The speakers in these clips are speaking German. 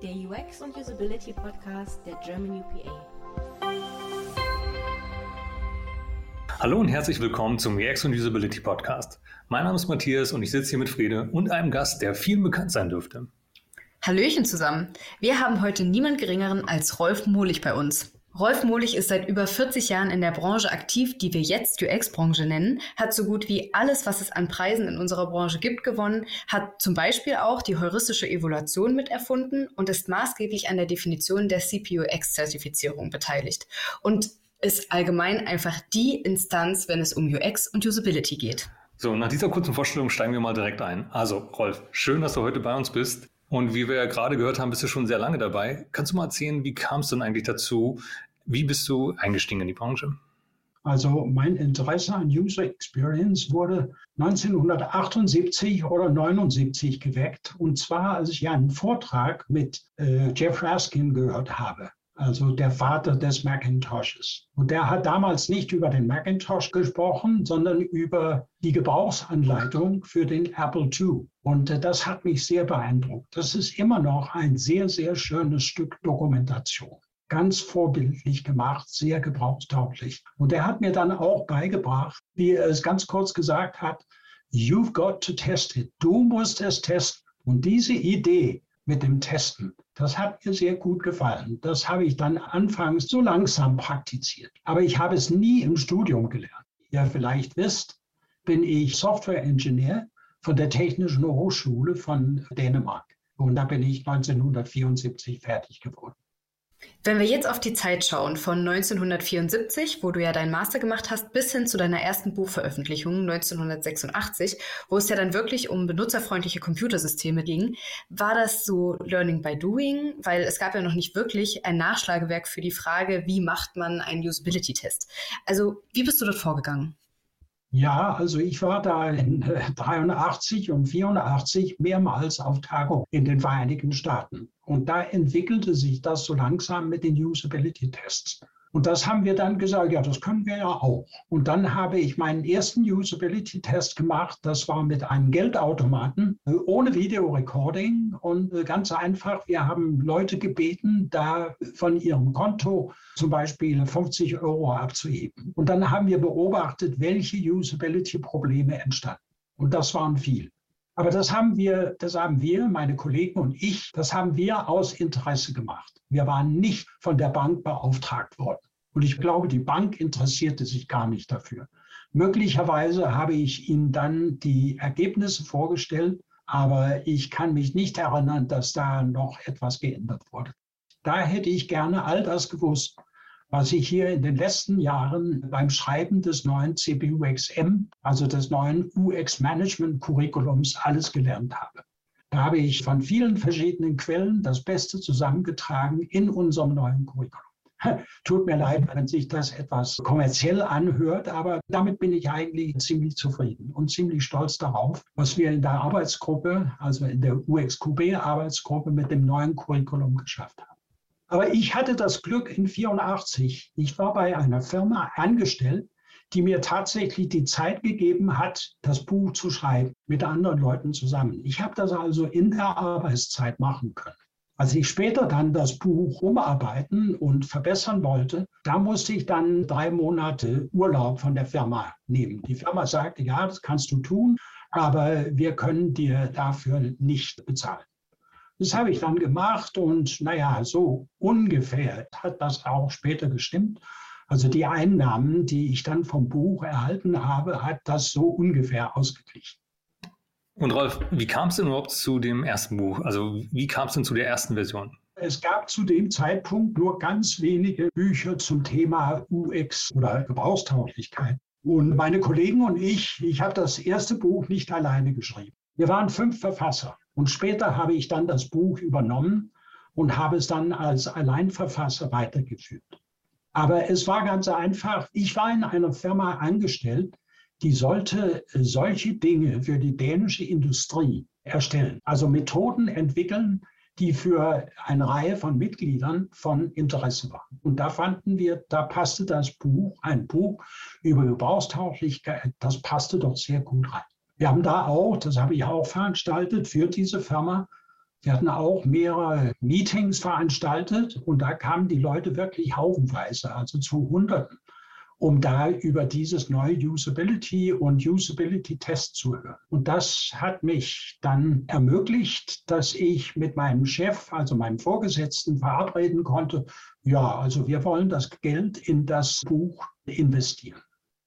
der UX und Usability Podcast der German UPA. Hallo und herzlich willkommen zum UX und Usability Podcast. Mein Name ist Matthias und ich sitze hier mit Frede und einem Gast, der vielen bekannt sein dürfte. Hallöchen zusammen. Wir haben heute niemand Geringeren als Rolf Mohlich bei uns. Rolf Mohlich ist seit über 40 Jahren in der Branche aktiv, die wir jetzt UX-Branche nennen, hat so gut wie alles, was es an Preisen in unserer Branche gibt, gewonnen, hat zum Beispiel auch die heuristische Evaluation miterfunden und ist maßgeblich an der Definition der CPUX-Zertifizierung beteiligt und ist allgemein einfach die Instanz, wenn es um UX und Usability geht. So, nach dieser kurzen Vorstellung steigen wir mal direkt ein. Also, Rolf, schön, dass du heute bei uns bist. Und wie wir ja gerade gehört haben, bist du schon sehr lange dabei. Kannst du mal erzählen, wie kam es denn eigentlich dazu? Wie bist du eingestiegen in die Branche? Also mein Interesse an User Experience wurde 1978 oder 79 geweckt. Und zwar, als ich einen Vortrag mit Jeff Raskin gehört habe. Also der Vater des Macintoshes. Und der hat damals nicht über den Macintosh gesprochen, sondern über die Gebrauchsanleitung für den Apple II. Und das hat mich sehr beeindruckt. Das ist immer noch ein sehr, sehr schönes Stück Dokumentation. Ganz vorbildlich gemacht, sehr gebrauchstauglich. Und er hat mir dann auch beigebracht, wie er es ganz kurz gesagt hat, you've got to test it. Du musst es testen. Und diese Idee mit dem Testen, das hat mir sehr gut gefallen. Das habe ich dann anfangs so langsam praktiziert. Aber ich habe es nie im Studium gelernt. Wie ihr vielleicht wisst, bin ich Software-Engineer von der Technischen Hochschule von Dänemark. Und da bin ich 1974 fertig geworden. Wenn wir jetzt auf die Zeit schauen, von 1974, wo du ja deinen Master gemacht hast, bis hin zu deiner ersten Buchveröffentlichung 1986, wo es ja dann wirklich um benutzerfreundliche Computersysteme ging, war das so Learning by Doing? Weil es gab ja noch nicht wirklich ein Nachschlagewerk für die Frage, wie macht man einen Usability-Test? Also wie bist du dort vorgegangen? Ja, also ich war da in 83 und 84 mehrmals auf Tagung in den Vereinigten Staaten. Und da entwickelte sich das so langsam mit den Usability-Tests. Und das haben wir dann gesagt, ja, das können wir ja auch. Und dann habe ich meinen ersten Usability-Test gemacht. Das war mit einem Geldautomaten, ohne Videorecording. Und ganz einfach, wir haben Leute gebeten, da von ihrem Konto zum Beispiel 50 € abzuheben. Und dann haben wir beobachtet, welche Usability-Probleme entstanden. Und das waren viele. Aber das haben wir, meine Kollegen und ich, das haben wir aus Interesse gemacht. Wir waren nicht von der Bank beauftragt worden. Und ich glaube, die Bank interessierte sich gar nicht dafür. Möglicherweise habe ich ihnen dann die Ergebnisse vorgestellt, aber ich kann mich nicht erinnern, dass da noch etwas geändert wurde. Da hätte ich gerne all das gewusst, was ich hier in den letzten Jahren beim Schreiben des neuen CPUXM, also des neuen UX-Management-Curriculums, alles gelernt habe. Da habe ich von vielen verschiedenen Quellen das Beste zusammengetragen in unserem neuen Curriculum. Tut mir leid, wenn sich das etwas kommerziell anhört, aber damit bin ich eigentlich ziemlich zufrieden und ziemlich stolz darauf, was wir in der Arbeitsgruppe, also in der UXQB-Arbeitsgruppe mit dem neuen Curriculum geschafft haben. Aber ich hatte das Glück in 84. Ich war bei einer Firma angestellt, die mir tatsächlich die Zeit gegeben hat, das Buch zu schreiben, mit anderen Leuten zusammen. Ich habe das also in der Arbeitszeit machen können. Als ich später dann das Buch umarbeiten und verbessern wollte, da musste ich dann 3 Monate Urlaub von der Firma nehmen. Die Firma sagte, ja, das kannst du tun, aber wir können dir dafür nicht bezahlen. Das habe ich dann gemacht und naja, so ungefähr hat das auch später gestimmt. Also die Einnahmen, die ich dann vom Buch erhalten habe, hat das so ungefähr ausgeglichen. Und Rolf, wie kam es denn überhaupt zu dem ersten Buch? Also wie kam es denn zu der ersten Version? Es gab zu dem Zeitpunkt nur ganz wenige Bücher zum Thema UX oder Gebrauchstauglichkeit. Und meine Kollegen und ich habe das erste Buch nicht alleine geschrieben. Wir waren 5 Verfasser. Und später habe ich dann das Buch übernommen und habe es dann als Alleinverfasser weitergeführt. Aber es war ganz einfach. Ich war in einer Firma angestellt, die sollte solche Dinge für die dänische Industrie erstellen. Also Methoden entwickeln, die für eine Reihe von Mitgliedern von Interesse waren. Und da fanden wir, da passte das Buch, ein Buch über Gebrauchstauglichkeit, das passte doch sehr gut rein. Wir haben da auch, das habe ich auch veranstaltet für diese Firma, Wir hatten auch mehrere Meetings veranstaltet und da kamen die Leute wirklich haufenweise, also zu Hunderten, um da über dieses neue Usability und Usability-Test zu hören. Und das hat mich dann ermöglicht, dass ich mit meinem Chef, also meinem Vorgesetzten, verabreden konnte, ja, also wir wollen das Geld in das Buch investieren.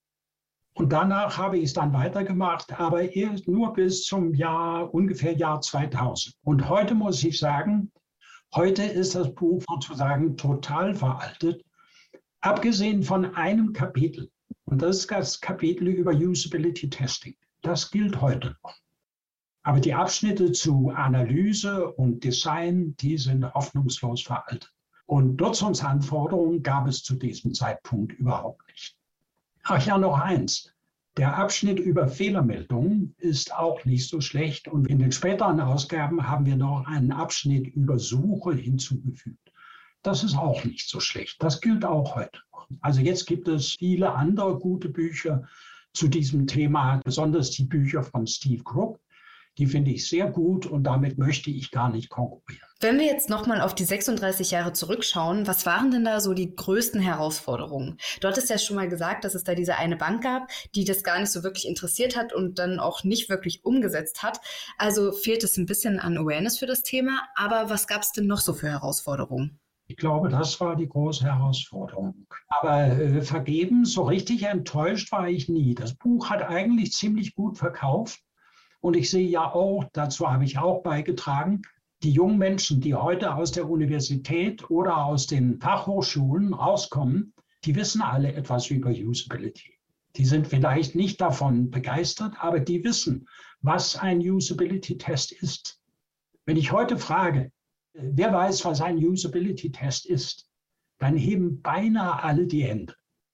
Und danach habe ich es dann weitergemacht, aber erst nur bis zum ungefähr Jahr 2000. Und heute muss ich sagen, heute ist das Buch sozusagen total veraltet, abgesehen von einem Kapitel. Und das ist das Kapitel über Usability Testing. Das gilt heute noch. Aber die Abschnitte zu Analyse und Design, die sind hoffnungslos veraltet. Und Nutzungsanforderungen gab es zu diesem Zeitpunkt überhaupt nicht. Ach ja, noch eins. Der Abschnitt über Fehlermeldungen ist auch nicht so schlecht. Und in den späteren Ausgaben haben wir noch einen Abschnitt über Suche hinzugefügt. Das ist auch nicht so schlecht. Das gilt auch heute noch. Also jetzt gibt es viele andere gute Bücher zu diesem Thema, besonders die Bücher von Steve Crook. Die finde ich sehr gut und damit möchte ich gar nicht konkurrieren. Wenn wir jetzt nochmal auf die 36 Jahre zurückschauen, was waren denn da so die größten Herausforderungen? Du hattest ja schon mal gesagt, dass es da diese eine Bank gab, die das gar nicht so wirklich interessiert hat und dann auch nicht wirklich umgesetzt hat. Also fehlt es ein bisschen an Awareness für das Thema. Aber was gab es denn noch so für Herausforderungen? Ich glaube, das war die große Herausforderung. Aber vergeben, so richtig enttäuscht war ich nie. Das Buch hat eigentlich ziemlich gut verkauft. Und ich sehe ja auch, dazu habe ich auch beigetragen, die jungen Menschen, die heute aus der Universität oder aus den Fachhochschulen rauskommen, die wissen alle etwas über Usability. Die sind vielleicht nicht davon begeistert, aber die wissen, was ein Usability-Test ist. Wenn ich heute frage, wer weiß, was ein Usability-Test ist, dann heben beinahe alle die Hände.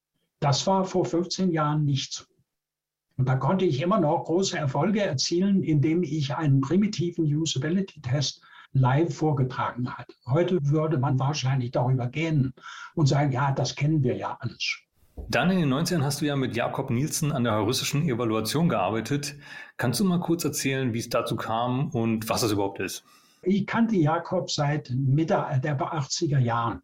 Das war vor 15 Jahren nicht so. Und da konnte ich immer noch große Erfolge erzielen, indem ich einen primitiven Usability-Test live vorgetragen habe. Heute würde man wahrscheinlich darüber gähnen und sagen, ja, das kennen wir ja alles. Dann in den 90ern hast du ja mit Jakob Nielsen an der heuristischen Evaluation gearbeitet. Kannst du mal kurz erzählen, wie es dazu kam und was das überhaupt ist? Ich kannte Jakob seit Mitte der 80er Jahren.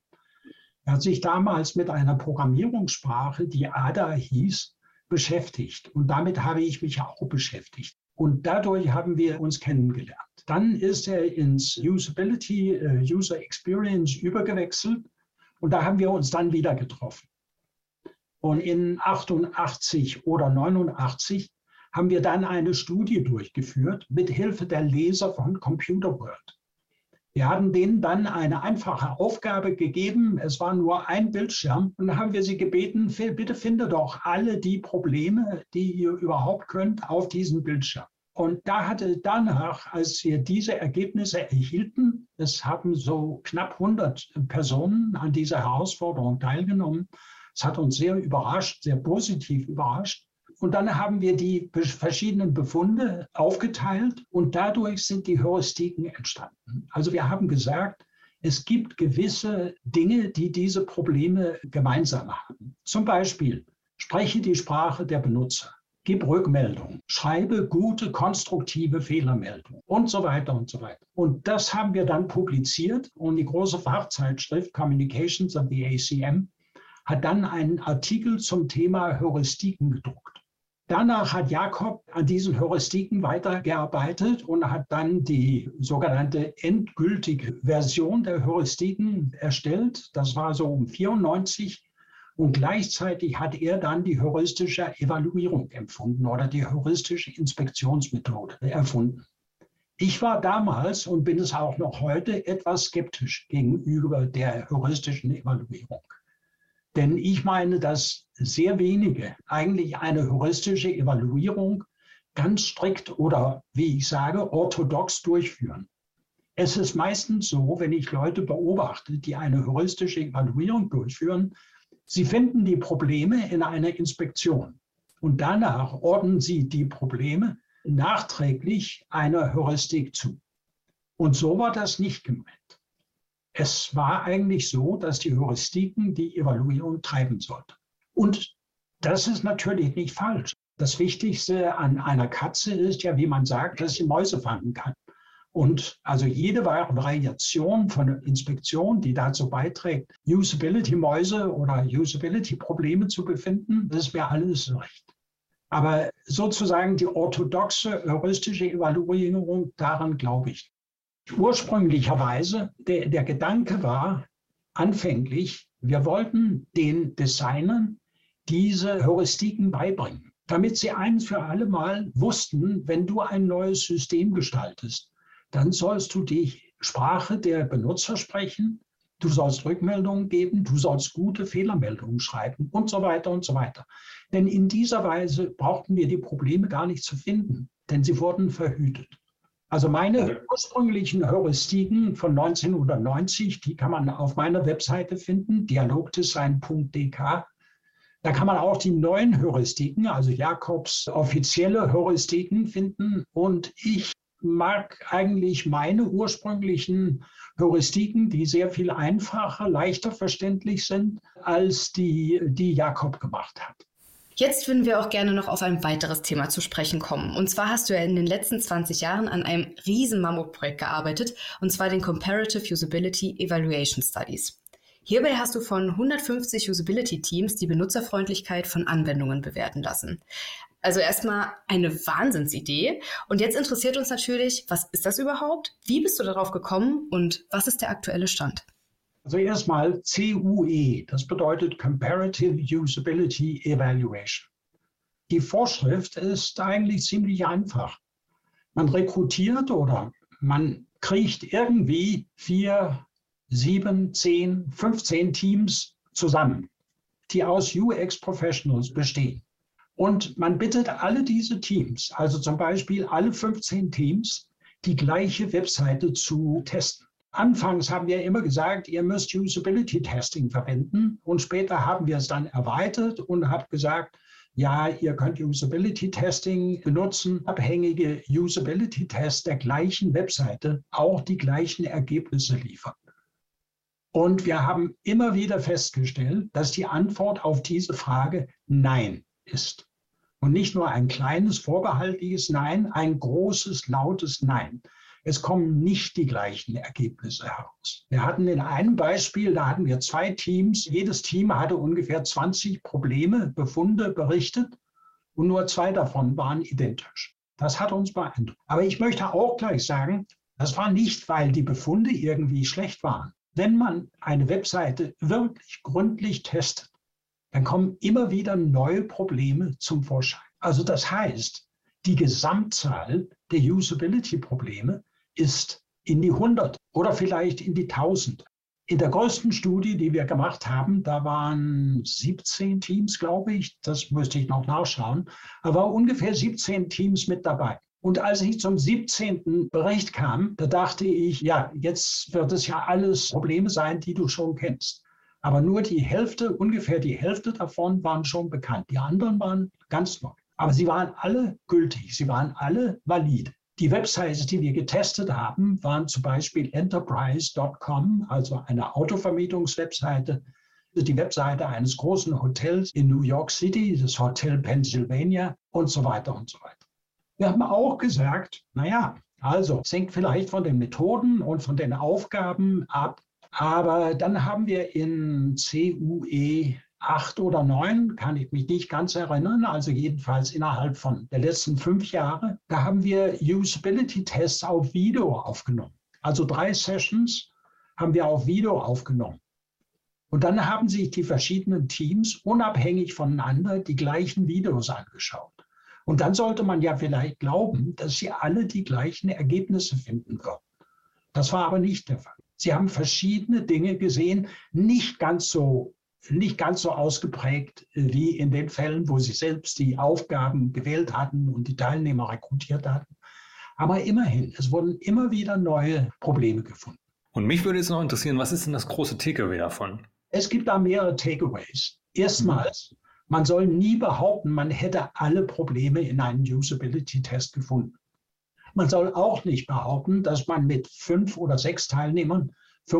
Er hat sich damals mit einer Programmierungssprache, die ADA hieß, beschäftigt. Und damit habe ich mich auch beschäftigt. Und dadurch haben wir uns kennengelernt. Dann ist er ins Usability, User Experience übergewechselt. Und da haben wir uns dann wieder getroffen. Und in 88 oder 89 haben wir dann eine Studie durchgeführt mit Hilfe der Leser von Computer World. Wir haben denen dann eine einfache Aufgabe gegeben. Es war nur ein Bildschirm. Und dann haben wir sie gebeten, bitte finde doch alle die Probleme, die ihr überhaupt könnt, auf diesem Bildschirm. Und danach, als wir diese Ergebnisse erhielten, es haben so knapp 100 Personen an dieser Herausforderung teilgenommen. Es hat uns sehr überrascht, sehr positiv überrascht. Und dann haben wir die verschiedenen Befunde aufgeteilt und dadurch sind die Heuristiken entstanden. Also wir haben gesagt, es gibt gewisse Dinge, die diese Probleme gemeinsam haben. Zum Beispiel, spreche die Sprache der Benutzer, gib Rückmeldung, schreibe gute, konstruktive Fehlermeldungen und so weiter und so weiter. Und das haben wir dann publiziert und die große Fachzeitschrift Communications of the ACM hat dann einen Artikel zum Thema Heuristiken gedruckt. Danach hat Jakob an diesen Heuristiken weitergearbeitet und hat dann die sogenannte endgültige Version der Heuristiken erstellt. Das war so um 94. Und gleichzeitig hat er dann die heuristische Evaluierung empfunden oder die heuristische Inspektionsmethode erfunden. Ich war damals und bin es auch noch heute etwas skeptisch gegenüber der heuristischen Evaluierung. Denn ich meine, dass sehr wenige eigentlich eine heuristische Evaluierung ganz strikt oder, wie ich sage, orthodox durchführen. Es ist meistens so, wenn ich Leute beobachte, die eine heuristische Evaluierung durchführen, sie finden die Probleme in einer Inspektion und danach ordnen sie die Probleme nachträglich einer Heuristik zu. Und so war das nicht gemeint. Es war eigentlich so, dass die Heuristiken die Evaluierung treiben sollten. Und das ist natürlich nicht falsch. Das Wichtigste an einer Katze ist ja, wie man sagt, dass sie Mäuse fangen kann. Und also jede Variation von Inspektion, die dazu beiträgt, Usability-Mäuse oder Usability-Probleme zu befinden, das ist mir alles recht. Aber sozusagen die orthodoxe heuristische Evaluierung, daran glaube ich. Ursprünglicherweise, der Gedanke war anfänglich, wir wollten den Designern diese Heuristiken beibringen, damit sie ein für alle Mal wussten, wenn du ein neues System gestaltest, dann sollst du die Sprache der Benutzer sprechen, du sollst Rückmeldungen geben, du sollst gute Fehlermeldungen schreiben und so weiter und so weiter. Denn in dieser Weise brauchten wir die Probleme gar nicht zu finden, denn sie wurden verhütet. Also meine ursprünglichen Heuristiken von 1990, die kann man auf meiner Webseite finden, dialogdesign.dk. Da kann man auch die neuen Heuristiken, also Jakobs offizielle Heuristiken finden. Und ich mag eigentlich meine ursprünglichen Heuristiken, die sehr viel einfacher, leichter verständlich sind, als die Jakob gemacht hat. Jetzt würden wir auch gerne noch auf ein weiteres Thema zu sprechen kommen. Und zwar hast du ja in den letzten 20 Jahren an einem riesen Mammutprojekt gearbeitet, und zwar den Comparative Usability Evaluation Studies. Hierbei hast du von 150 Usability-Teams die Benutzerfreundlichkeit von Anwendungen bewerten lassen. Also erstmal eine Wahnsinnsidee. Und jetzt interessiert uns natürlich, was ist das überhaupt? Wie bist du darauf gekommen und was ist der aktuelle Stand? Also erstmal CUE, das bedeutet Comparative Usability Evaluation. Die Vorschrift ist eigentlich ziemlich einfach. Man rekrutiert oder man kriegt irgendwie 4, 7, 10, 15 Teams zusammen, die aus UX-Professionals bestehen. Und man bittet alle diese Teams, also zum Beispiel alle 15 Teams, die gleiche Webseite zu testen. Anfangs haben wir immer gesagt, ihr müsst Usability-Testing verwenden, und später haben wir es dann erweitert und haben gesagt, ja, ihr könnt Usability-Testing benutzen, abhängige Usability-Tests der gleichen Webseite auch die gleichen Ergebnisse liefern. Und wir haben immer wieder festgestellt, dass die Antwort auf diese Frage Nein ist. Und nicht nur ein kleines, vorbehaltliches Nein, ein großes, lautes Nein. Es kommen nicht die gleichen Ergebnisse heraus. Wir hatten in einem Beispiel, da hatten wir 2 Teams. Jedes Team hatte ungefähr 20 Probleme, Befunde berichtet, und nur 2 davon waren identisch. Das hat uns beeindruckt. Aber ich möchte auch gleich sagen, das war nicht, weil die Befunde irgendwie schlecht waren. Wenn man eine Webseite wirklich gründlich testet, dann kommen immer wieder neue Probleme zum Vorschein. Also das heißt, die Gesamtzahl der Usability-Probleme ist in die 100 oder vielleicht in die 1000. In der größten Studie, die wir gemacht haben, da waren 17 Teams, glaube ich, das müsste ich noch nachschauen, aber ungefähr 17 Teams mit dabei. Und als ich zum 17. Bericht kam, da dachte ich, ja, jetzt wird es ja alles Probleme sein, die du schon kennst. Aber nur die Hälfte, ungefähr die Hälfte davon waren schon bekannt. Die anderen waren ganz neu. Aber sie waren alle gültig, sie waren alle valide. Die Websites, die wir getestet haben, waren zum Beispiel Enterprise.com, also eine Autovermietungswebseite, die Webseite eines großen Hotels in New York City, das Hotel Pennsylvania und so weiter und so weiter. Wir haben auch gesagt, naja, also es hängt vielleicht von den Methoden und von den Aufgaben ab, aber dann haben wir in CUE 8 oder 9, kann ich mich nicht ganz erinnern, also jedenfalls innerhalb von der letzten 5 Jahre, da haben wir Usability-Tests auf Video aufgenommen. Also 3 Sessions haben wir auf Video aufgenommen. Und dann haben sich die verschiedenen Teams unabhängig voneinander die gleichen Videos angeschaut. Und dann sollte man ja vielleicht glauben, dass sie alle die gleichen Ergebnisse finden würden. Das war aber nicht der Fall. Sie haben verschiedene Dinge gesehen, nicht ganz so ausgeprägt wie in den Fällen, wo sie selbst die Aufgaben gewählt hatten und die Teilnehmer rekrutiert hatten. Aber immerhin, es wurden immer wieder neue Probleme gefunden. Und mich würde jetzt noch interessieren, was ist denn das große Takeaway davon? Es gibt da mehrere Takeaways. Erstmals, man soll nie behaupten, man hätte alle Probleme in einem Usability-Test gefunden. Man soll auch nicht behaupten, dass man mit 5 oder 6 Teilnehmern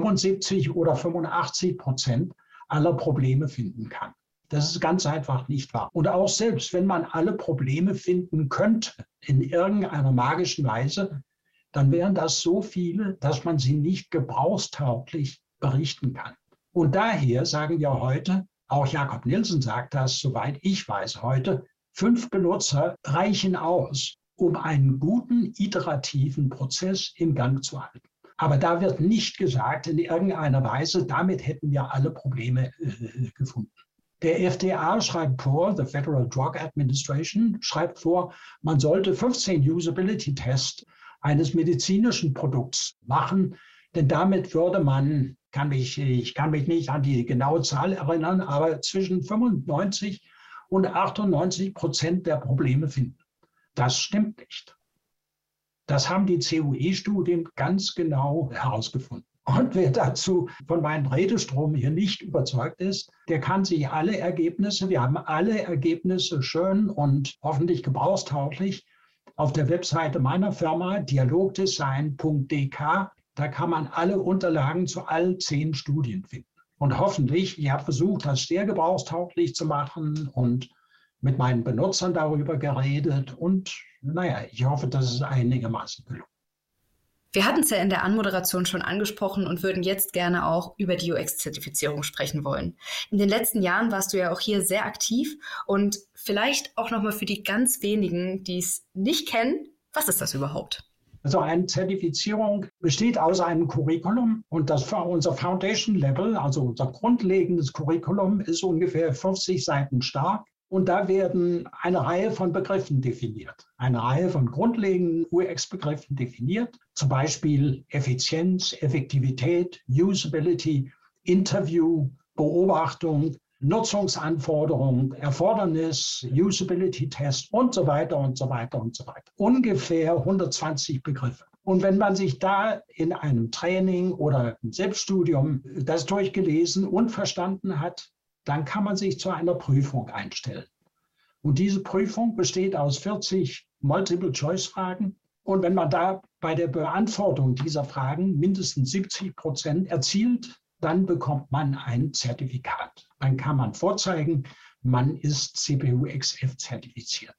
75 oder 85% aller Probleme finden kann. Das ist ganz einfach nicht wahr. Und auch selbst wenn man alle Probleme finden könnte, in irgendeiner magischen Weise, dann wären das so viele, dass man sie nicht gebrauchstauglich berichten kann. Und daher sagen wir heute, auch Jakob Nielsen sagt das, soweit ich weiß heute, 5 Benutzer reichen aus, um einen guten iterativen Prozess in Gang zu halten. Aber da wird nicht gesagt in irgendeiner Weise, damit hätten wir alle Probleme gefunden. Der FDA schreibt vor, the Federal Drug Administration schreibt vor, man sollte 15 Usability-Tests eines medizinischen Produkts machen, denn damit würde man, ich kann mich nicht an die genaue Zahl erinnern, aber zwischen 95 und 98% der Probleme finden. Das stimmt nicht. Das haben die CUE-Studien ganz genau herausgefunden. Und wer dazu von meinem Redestrom hier nicht überzeugt ist, der kann sich alle Ergebnisse, wir haben alle Ergebnisse schön und hoffentlich gebrauchstauglich auf der Webseite meiner Firma dialogdesign.dk. Da kann man alle Unterlagen zu allen 10 Studien finden. Und hoffentlich, ich habe versucht, das sehr gebrauchstauglich zu machen und mit meinen Benutzern darüber geredet. Und ich hoffe, das ist einigermaßen gelungen. Wir hatten es ja in der Anmoderation schon angesprochen und würden jetzt gerne auch über die UX-Zertifizierung sprechen wollen. In den letzten Jahren warst du ja auch hier sehr aktiv und vielleicht auch nochmal für die ganz wenigen, die es nicht kennen, was ist das überhaupt? Also eine Zertifizierung besteht aus einem Curriculum und unser Foundation Level, also unser grundlegendes Curriculum, ist ungefähr 50 Seiten stark. Und da werden eine Reihe von Begriffen definiert, eine Reihe von grundlegenden UX-Begriffen definiert, zum Beispiel Effizienz, Effektivität, Usability, Interview, Beobachtung, Nutzungsanforderung, Erfordernis, Usability-Test und so weiter und so weiter und so weiter. Ungefähr 120 Begriffe. Und wenn man sich da in einem Training oder im Selbststudium das durchgelesen und verstanden hat, dann kann man sich zu einer Prüfung einstellen. Und diese Prüfung besteht aus 40 Multiple-Choice-Fragen. Und wenn man da bei der Beantwortung dieser Fragen mindestens 70% erzielt, dann bekommt man ein Zertifikat. Dann kann man vorzeigen, man ist CPU-XF zertifiziert.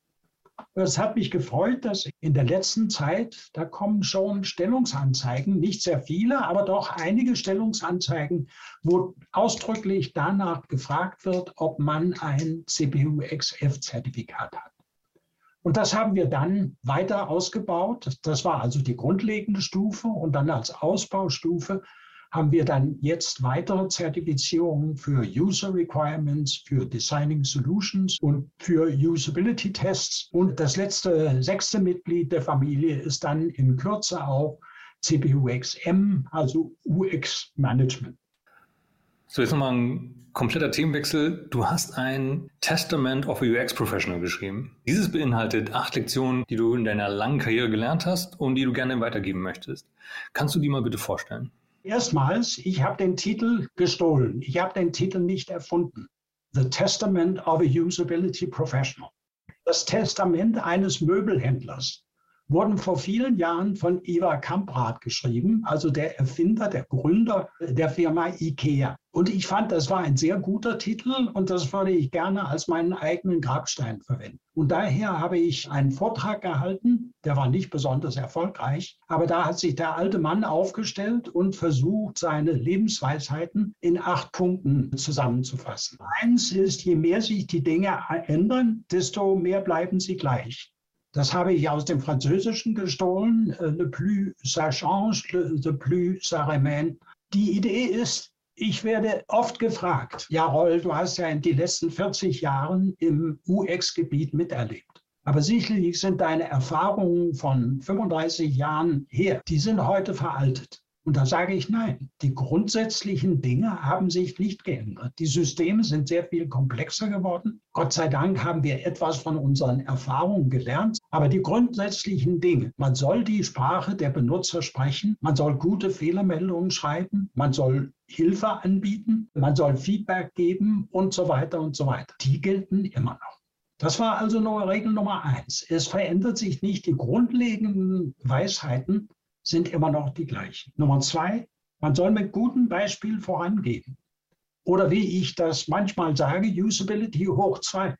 Es hat mich gefreut, dass in der letzten Zeit, da kommen schon Stellungsanzeigen, nicht sehr viele, aber doch einige Stellungsanzeigen, wo ausdrücklich danach gefragt wird, ob man ein CPU-XF-Zertifikat hat. Und das haben wir dann weiter ausgebaut. Das war also die grundlegende Stufe und dann als Ausbaustufe haben wir dann jetzt weitere Zertifizierungen für User Requirements, für Designing Solutions und für Usability Tests. Und das 6. Mitglied der Familie ist dann in Kürze auch CPU-XM, also UX Management. So, jetzt nochmal ein kompletter Themenwechsel. Du hast ein Testament of a UX Professional geschrieben. Dieses beinhaltet 8 Lektionen, die du in deiner langen Karriere gelernt hast und die du gerne weitergeben möchtest. Kannst du die mal bitte vorstellen? Erstmals, ich habe den Titel gestohlen. Ich habe den Titel nicht erfunden. The Testament of a Usability Professional. Das Testament eines Möbelhändlers wurden vor vielen Jahren von Ivar Kamprad geschrieben, also der Erfinder, der Gründer der Firma IKEA. Und ich fand, das war ein sehr guter Titel und das würde ich gerne als meinen eigenen Grabstein verwenden. Und daher habe ich einen Vortrag gehalten, der war nicht besonders erfolgreich, aber da hat sich der alte Mann aufgestellt und versucht, seine Lebensweisheiten in 8 Punkten zusammenzufassen. Eins ist, je mehr sich die Dinge ändern, desto mehr bleiben sie gleich. Das habe ich aus dem Französischen gestohlen. Le plus ça change, le plus ça remaine. Die Idee ist, ich werde oft gefragt, ja Roll, du hast ja in den letzten 40 Jahren im UX-Gebiet miterlebt. Aber sicherlich sind deine Erfahrungen von 35 Jahren her, die sind heute veraltet. Und da sage ich nein. Die grundsätzlichen Dinge haben sich nicht geändert. Die Systeme sind sehr viel komplexer geworden. Gott sei Dank haben wir etwas von unseren Erfahrungen gelernt. Aber die grundsätzlichen Dinge, man soll die Sprache der Benutzer sprechen, man soll gute Fehlermeldungen schreiben, man soll Hilfe anbieten, man soll Feedback geben und so weiter und so weiter. Die gelten immer noch. Das war also nur Regel Nummer 1. Es verändert sich nicht. Die grundlegenden Weisheiten sind immer noch die gleichen. Nummer 2, man soll mit gutem Beispiel vorangehen. Oder wie ich das manchmal sage, Usability hoch 2.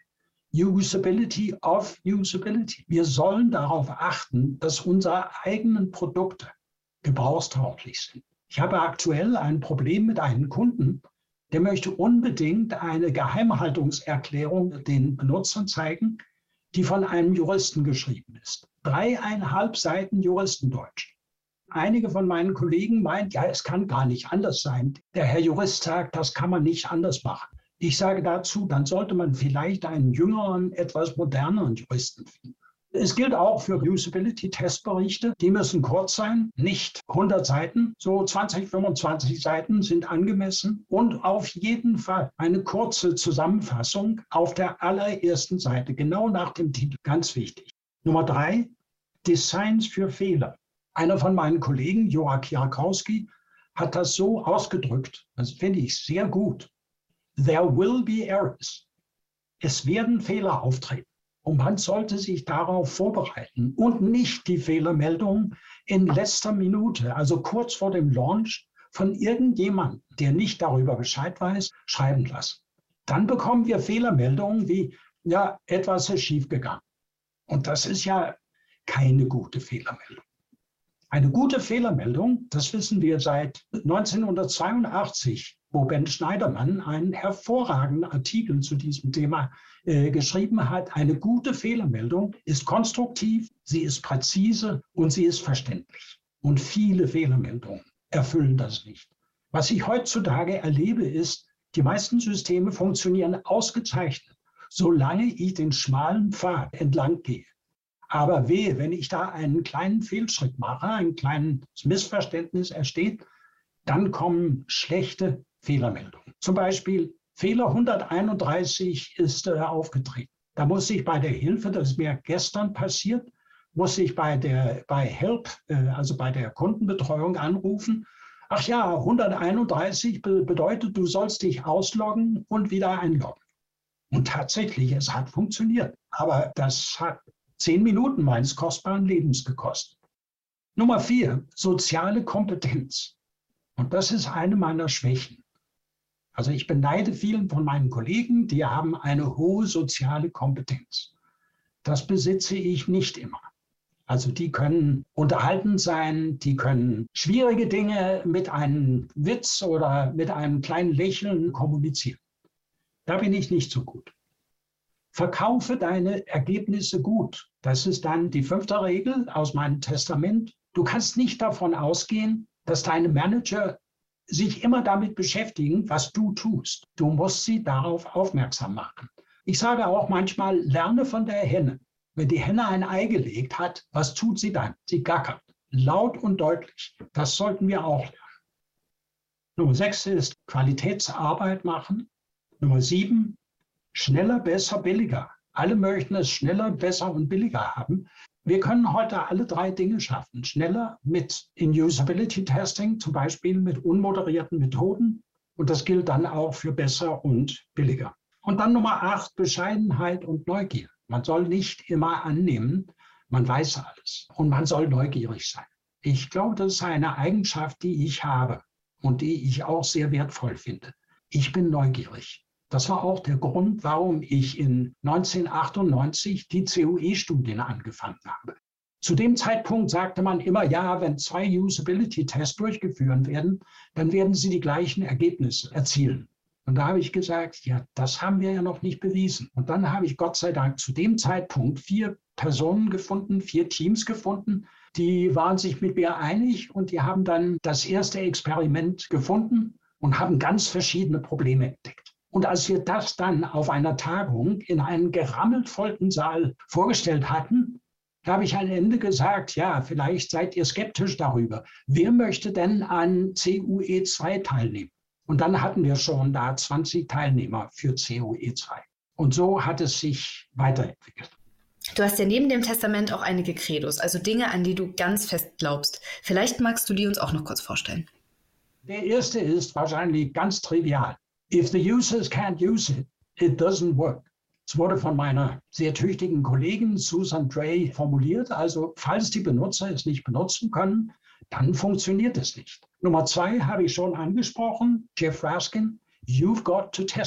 Usability of Usability. Wir sollen darauf achten, dass unsere eigenen Produkte gebrauchstauglich sind. Ich habe aktuell ein Problem mit einem Kunden, der möchte unbedingt eine Geheimhaltungserklärung den Benutzern zeigen, die von einem Juristen geschrieben ist. 3,5 Seiten Juristendeutsch. Einige von meinen Kollegen meinen, ja, es kann gar nicht anders sein. Der Herr Jurist sagt, das kann man nicht anders machen. Ich sage dazu, dann sollte man vielleicht einen jüngeren, etwas moderneren Juristen finden. Es gilt auch für Usability-Testberichte. Die müssen kurz sein, nicht 100 Seiten. So 20, 25 Seiten sind angemessen. Und auf jeden Fall eine kurze Zusammenfassung auf der allerersten Seite, genau nach dem Titel. Ganz wichtig. Nummer 3, Designs für Fehler. Einer von meinen Kollegen, Joachim Kierakowski, hat das so ausgedrückt. Das finde ich sehr gut. There will be errors. Es werden Fehler auftreten. Und man sollte sich darauf vorbereiten und nicht die Fehlermeldung in letzter Minute, also kurz vor dem Launch, von irgendjemandem, der nicht darüber Bescheid weiß, schreiben lassen. Dann bekommen wir Fehlermeldungen wie, ja, etwas ist schiefgegangen. Und das ist ja keine gute Fehlermeldung. Eine gute Fehlermeldung, das wissen wir seit 1982, wo Ben Schneidermann einen hervorragenden Artikel zu diesem Thema geschrieben hat. Eine gute Fehlermeldung ist konstruktiv, sie ist präzise und sie ist verständlich. Und viele Fehlermeldungen erfüllen das nicht. Was ich heutzutage erlebe, ist, die meisten Systeme funktionieren ausgezeichnet, solange ich den schmalen Pfad entlang gehe. Aber wehe, wenn ich da einen kleinen Fehlschritt mache, ein kleines Missverständnis entsteht, dann kommen schlechte Fehlermeldungen. Zum Beispiel Fehler 131 ist aufgetreten. Da muss ich bei der Hilfe, das ist mir gestern passiert, muss ich bei Help, also bei der Kundenbetreuung anrufen. Ach ja, 131 bedeutet, du sollst dich ausloggen und wieder einloggen. Und tatsächlich, es hat funktioniert. Aber das hat 10 Minuten meines kostbaren Lebens gekostet. Nummer 4, soziale Kompetenz. Und das ist eine meiner Schwächen. Also ich beneide vielen von meinen Kollegen, die haben eine hohe soziale Kompetenz. Das besitze ich nicht immer. Also die können unterhaltend sein, die können schwierige Dinge mit einem Witz oder mit einem kleinen Lächeln kommunizieren. Da bin ich nicht so gut. Verkaufe deine Ergebnisse gut. Das ist dann die 5. Regel aus meinem Testament. Du kannst nicht davon ausgehen, dass deine Manager sich immer damit beschäftigen, was du tust. Du musst sie darauf aufmerksam machen. Ich sage auch manchmal, lerne von der Henne. Wenn die Henne ein Ei gelegt hat, was tut sie dann? Sie gackert. Laut und deutlich. Das sollten wir auch lernen. Nummer 6 ist Qualitätsarbeit machen. Nummer 7, schneller, besser, billiger. Alle möchten es schneller, besser und billiger haben. Wir können heute alle 3 Dinge schaffen. Schneller in Usability Testing, zum Beispiel mit unmoderierten Methoden. Und das gilt dann auch für besser und billiger. Und dann Nummer 8, Bescheidenheit und Neugier. Man soll nicht immer annehmen, man weiß alles. Und man soll neugierig sein. Ich glaube, das ist eine Eigenschaft, die ich habe und die ich auch sehr wertvoll finde. Ich bin neugierig. Das war auch der Grund, warum ich in 1998 die COE-Studien angefangen habe. Zu dem Zeitpunkt sagte man immer, ja, wenn 2 Usability-Tests durchgeführt werden, dann werden sie die gleichen Ergebnisse erzielen. Und da habe ich gesagt, ja, das haben wir ja noch nicht bewiesen. Und dann habe ich Gott sei Dank zu dem Zeitpunkt 4 Personen gefunden, 4 Teams gefunden, die waren sich mit mir einig und die haben dann das erste Experiment gefunden und haben ganz verschiedene Probleme entdeckt. Und als wir das dann auf einer Tagung in einem gerammelt vollen Saal vorgestellt hatten, habe ich am Ende gesagt, ja, vielleicht seid ihr skeptisch darüber. Wer möchte denn an CUE 2 teilnehmen? Und dann hatten wir schon da 20 Teilnehmer für CUE 2. Und so hat es sich weiterentwickelt. Du hast ja neben dem Testament auch einige Credos, also Dinge, an die du ganz fest glaubst. Vielleicht magst du die uns auch noch kurz vorstellen. Der erste ist wahrscheinlich ganz trivial. If the users can't use it, it doesn't work. Es wurde von meiner sehr tüchtigen Kollegin Susan Drey formuliert. Also falls die Benutzer es nicht benutzen können, dann funktioniert es nicht. Nummer 2 habe ich schon angesprochen, Jeff Raskin. You've got to test it.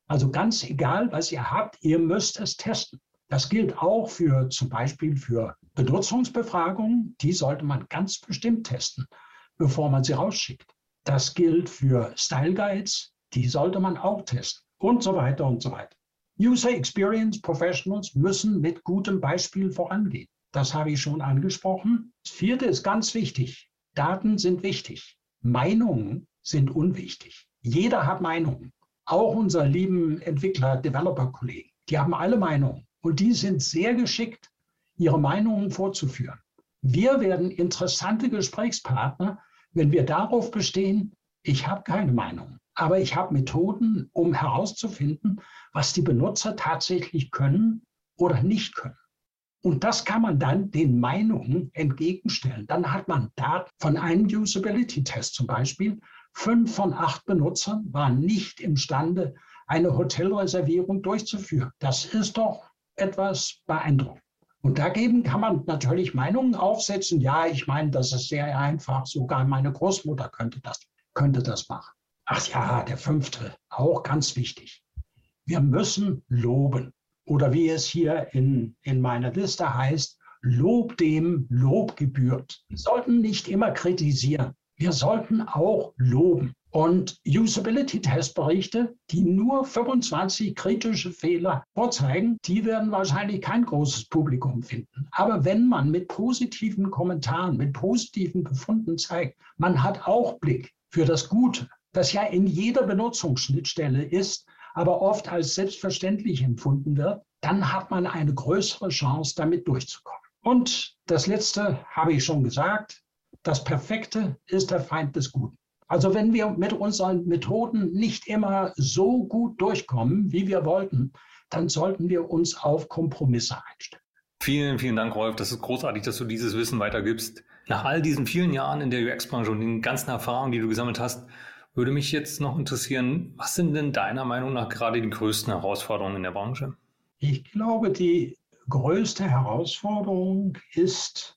Also ganz egal, was ihr habt, ihr müsst es testen. Das gilt auch für zum Beispiel für Benutzungsbefragungen. Die sollte man ganz bestimmt testen, bevor man sie rausschickt. Das gilt für Style Guides. Die sollte man auch testen und so weiter und so weiter. User Experience Professionals müssen mit gutem Beispiel vorangehen. Das habe ich schon angesprochen. Das vierte ist ganz wichtig. Daten sind wichtig. Meinungen sind unwichtig. Jeder hat Meinungen. Auch unsere lieben Entwickler-Developer-Kollegen. Die haben alle Meinungen. Und die sind sehr geschickt, ihre Meinungen vorzuführen. Wir werden interessante Gesprächspartner, wenn wir darauf bestehen, ich habe keine Meinung, aber ich habe Methoden, um herauszufinden, was die Benutzer tatsächlich können oder nicht können. Und das kann man dann den Meinungen entgegenstellen. Dann hat man Daten von einem Usability-Test zum Beispiel. 5 von 8 Benutzern waren nicht imstande, eine Hotelreservierung durchzuführen. Das ist doch etwas beeindruckend. Und dagegen kann man natürlich Meinungen aufsetzen. Ja, ich meine, das ist sehr einfach. Sogar meine Großmutter könnte das machen. Ach ja, der 5. auch ganz wichtig. Wir müssen loben. Oder wie es hier in meiner Liste heißt, Lob dem Lob gebührt. Wir sollten nicht immer kritisieren. Wir sollten auch loben. Und Usability-Testberichte, die nur 25 kritische Fehler vorzeigen, die werden wahrscheinlich kein großes Publikum finden. Aber wenn man mit positiven Kommentaren, mit positiven Befunden zeigt, man hat auch Blick für das Gute, das ja in jeder Benutzungsschnittstelle ist, aber oft als selbstverständlich empfunden wird, dann hat man eine größere Chance, damit durchzukommen. Und das Letzte habe ich schon gesagt, das Perfekte ist der Feind des Guten. Also wenn wir mit unseren Methoden nicht immer so gut durchkommen, wie wir wollten, dann sollten wir uns auf Kompromisse einstellen. Vielen, vielen Dank, Rolf. Das ist großartig, dass du dieses Wissen weitergibst. Nach all diesen vielen Jahren in der UX-Branche und den ganzen Erfahrungen, die du gesammelt hast, würde mich jetzt noch interessieren, was sind denn deiner Meinung nach gerade die größten Herausforderungen in der Branche? Ich glaube, die größte Herausforderung ist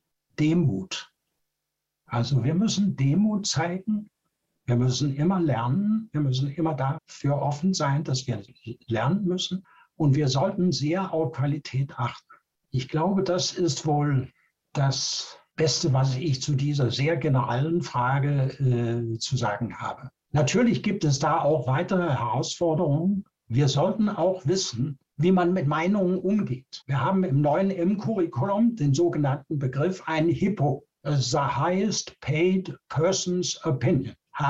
Demut. Also wir müssen Demut zeigen, wir müssen immer lernen, wir müssen immer dafür offen sein, dass wir lernen müssen und wir sollten sehr auf Qualität achten. Ich glaube, das ist wohl das Beste, was ich zu dieser sehr generellen Frage zu sagen habe. Natürlich gibt es da auch weitere Herausforderungen. Wir sollten auch wissen, wie man mit Meinungen umgeht. Wir haben im neuen M-Curriculum den sogenannten Begriff ein HIPPO. The Highest Paid Person's Opinion,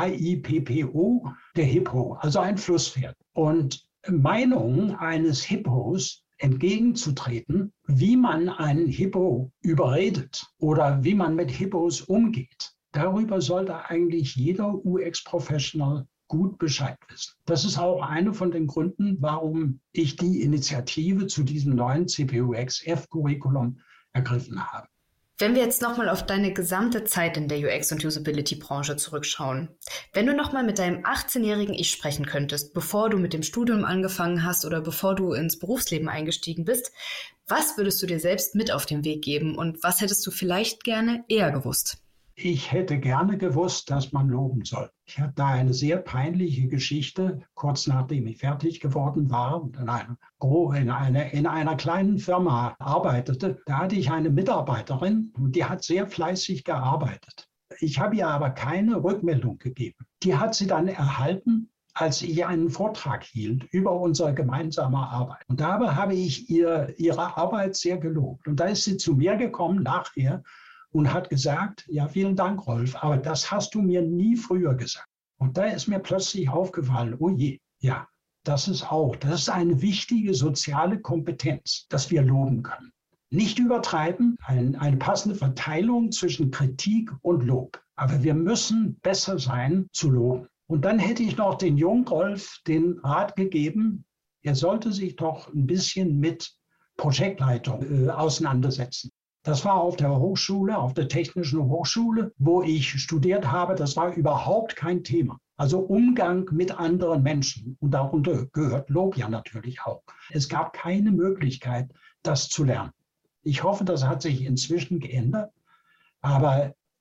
HIPPO, der Hippo, also ein Flusspferd. Und Meinungen eines Hippos entgegenzutreten, wie man einen Hippo überredet oder wie man mit Hippos umgeht, darüber sollte eigentlich jeder UX-Professional gut Bescheid wissen. Das ist auch einer von den Gründen, warum ich die Initiative zu diesem neuen CPUX-F-Curriculum ergriffen habe. Wenn wir jetzt nochmal auf deine gesamte Zeit in der UX- und Usability-Branche zurückschauen, wenn du nochmal mit deinem 18-jährigen Ich sprechen könntest, bevor du mit dem Studium angefangen hast oder bevor du ins Berufsleben eingestiegen bist, was würdest du dir selbst mit auf den Weg geben und was hättest du vielleicht gerne eher gewusst? Ich hätte gerne gewusst, dass man loben soll. Ich hatte da eine sehr peinliche Geschichte, kurz nachdem ich fertig geworden war und in einer kleinen Firma arbeitete. Da hatte ich eine Mitarbeiterin und die hat sehr fleißig gearbeitet. Ich habe ihr aber keine Rückmeldung gegeben. Die hat sie dann erhalten, als ich einen Vortrag hielt über unsere gemeinsame Arbeit. Und dabei habe ich ihre Arbeit sehr gelobt. Und da ist sie zu mir gekommen nachher und hat gesagt, ja, vielen Dank, Rolf, aber das hast du mir nie früher gesagt. Und da ist mir plötzlich aufgefallen, oh je, ja, das ist eine wichtige soziale Kompetenz, dass wir loben können. Nicht übertreiben, eine passende Verteilung zwischen Kritik und Lob. Aber wir müssen besser sein zu loben. Und dann hätte ich noch den jungen Rolf den Rat gegeben, er sollte sich doch ein bisschen mit Projektleitung auseinandersetzen. Das war auf der Hochschule, auf der Technischen Hochschule, wo ich studiert habe. Das war überhaupt kein Thema. Also Umgang mit anderen Menschen. Und darunter gehört Lob ja natürlich auch. Es gab keine Möglichkeit, das zu lernen. Ich hoffe, das hat sich inzwischen geändert. Aber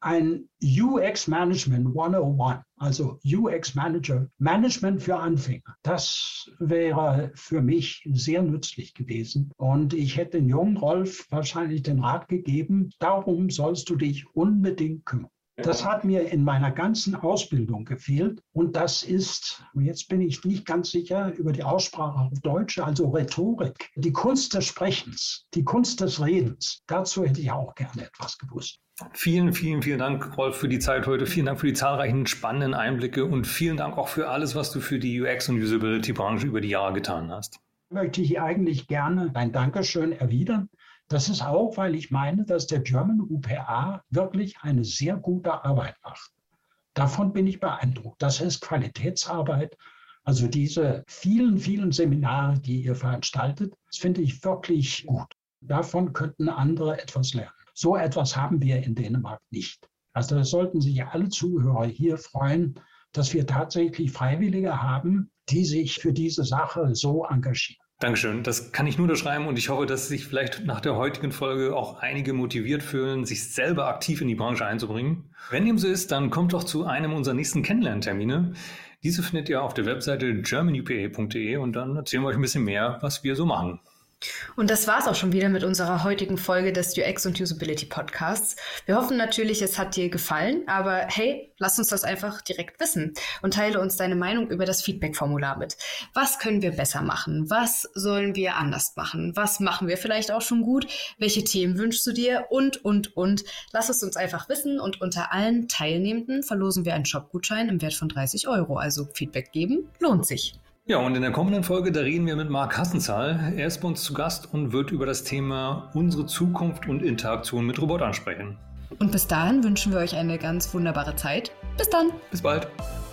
ein UX Management 101, also UX Manager, Management für Anfänger. Das wäre für mich sehr nützlich gewesen. Und ich hätte den jungen Rolf wahrscheinlich den Rat gegeben, darum sollst du dich unbedingt kümmern. Das hat mir in meiner ganzen Ausbildung gefehlt. Und das ist, jetzt bin ich nicht ganz sicher über die Aussprache auf Deutsch, also Rhetorik, die Kunst des Sprechens, die Kunst des Redens. Dazu hätte ich auch gerne etwas gewusst. Vielen, vielen, vielen Dank, Rolf, für die Zeit heute. Vielen Dank für die zahlreichen spannenden Einblicke und vielen Dank auch für alles, was du für die UX- und Usability-Branche über die Jahre getan hast. Möchte ich eigentlich gerne ein Dankeschön erwidern. Das ist auch, weil ich meine, dass der German UPA wirklich eine sehr gute Arbeit macht. Davon bin ich beeindruckt. Das ist Qualitätsarbeit. Also diese vielen, vielen Seminare, die ihr veranstaltet, das finde ich wirklich gut. Davon könnten andere etwas lernen. So etwas haben wir in Dänemark nicht. Also das sollten sich alle Zuhörer hier freuen, dass wir tatsächlich Freiwillige haben, die sich für diese Sache so engagieren. Dankeschön, das kann ich nur unterschreiben und ich hoffe, dass sich vielleicht nach der heutigen Folge auch einige motiviert fühlen, sich selber aktiv in die Branche einzubringen. Wenn dem so ist, dann kommt doch zu einem unserer nächsten Kennenlerntermine. Diese findet ihr auf der Webseite germanupa.de und dann erzählen wir euch ein bisschen mehr, was wir so machen. Und das war's auch schon wieder mit unserer heutigen Folge des UX und Usability Podcasts. Wir hoffen natürlich, es hat dir gefallen, aber hey, lass uns das einfach direkt wissen und teile uns deine Meinung über das Feedback-Formular mit. Was können wir besser machen? Was sollen wir anders machen? Was machen wir vielleicht auch schon gut? Welche Themen wünschst du dir? Und. Lass es uns einfach wissen und unter allen Teilnehmenden verlosen wir einen Shopgutschein im Wert von 30 €. Also Feedback geben lohnt sich. Ja, und in der kommenden Folge, da reden wir mit Marc Hassenzahl. Er ist bei uns zu Gast und wird über das Thema unsere Zukunft und Interaktion mit Robotern sprechen. Und bis dahin wünschen wir euch eine ganz wunderbare Zeit. Bis dann. Bis bald.